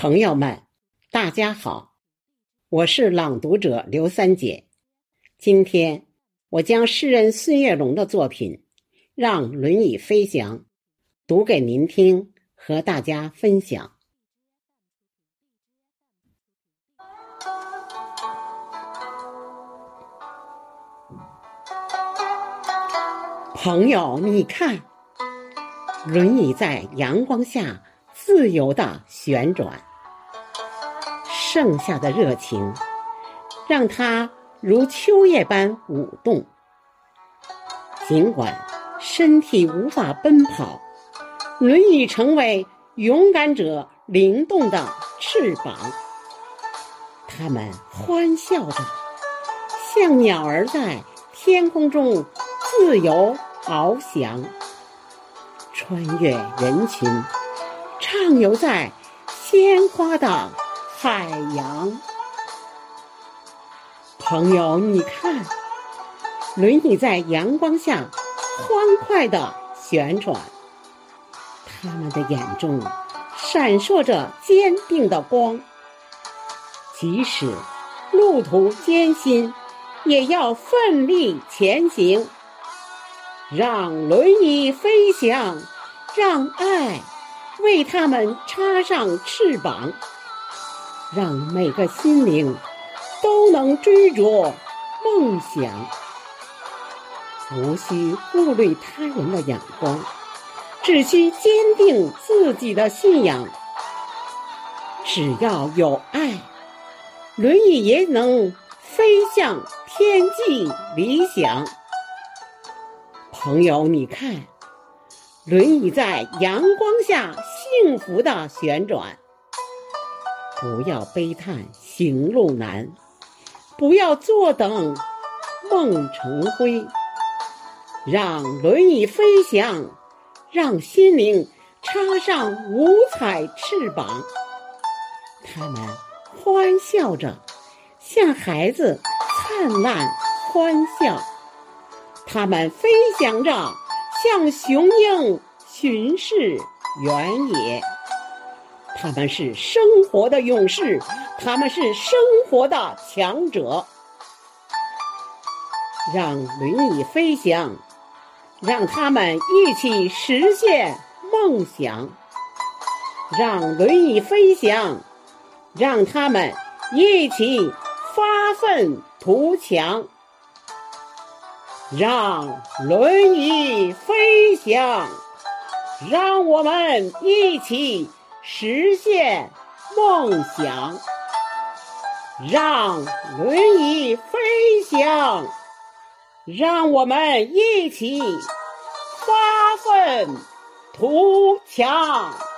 朋友们，大家好，我是朗读者刘三姐。今天我将诗人孙月龙的作品《让轮椅飞翔》读给您听，和大家分享。朋友，你看，轮椅在阳光下自由地旋转，盛夏的热情让它如秋叶般舞动。尽管身体无法奔跑，轮椅成为勇敢者灵动的翅膀。它们欢笑着，像鸟儿在天空中自由翱翔，穿越人群，畅游在鲜花的海洋。朋友，你看，轮椅在阳光下欢快地旋转，他们的眼中闪烁着坚定的光，即使路途艰辛，也要奋力前行。让轮椅飞翔，让爱为他们插上翅膀，让每个心灵都能追逐梦想。无需顾虑他人的眼光，只需坚定自己的信仰。只要有爱，轮椅也能飞向天际理想。朋友，你看，轮椅在阳光下幸福地旋转。不要悲叹行路难，不要坐等梦成灰。让轮椅飞翔，让心灵插上五彩翅膀。他们欢笑着，像孩子灿烂欢笑。他们飞翔着，像雄鹰巡视原野。他们是生活的勇士，他们是生活的强者。让轮椅飞翔，让他们一起实现梦想。让轮椅飞翔，让他们一起发奋图强。让轮椅飞翔，让我们一起实现梦想。让轮椅飞翔，让我们一起发奋图强。